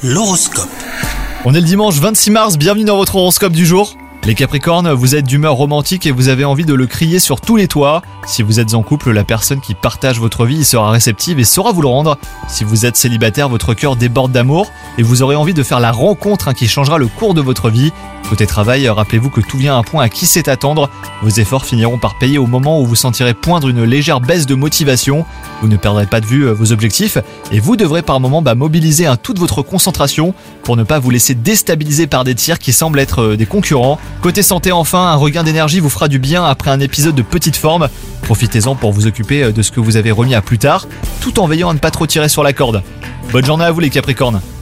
L'horoscope. On est le dimanche 26 mars, bienvenue dans votre horoscope du jour. Les Capricornes, vous êtes d'humeur romantique et vous avez envie de le crier sur tous les toits. Si vous êtes en couple, la personne qui partage votre vie sera réceptive et saura vous le rendre. Si vous êtes célibataire, votre cœur déborde d'amour et vous aurez envie de faire la rencontre qui changera le cours de votre vie. Côté travail, rappelez-vous que tout vient à un point à qui sait attendre. Vos efforts finiront par payer au moment où vous sentirez poindre une légère baisse de motivation. Vous ne perdrez pas de vue vos objectifs et vous devrez par moment mobiliser toute votre concentration pour ne pas vous laisser déstabiliser par des tirs qui semblent être des concurrents. Côté santé enfin, un regain d'énergie vous fera du bien après un épisode de petite forme. Profitez-en pour vous occuper de ce que vous avez remis à plus tard, tout en veillant à ne pas trop tirer sur la corde. Bonne journée à vous les Capricornes.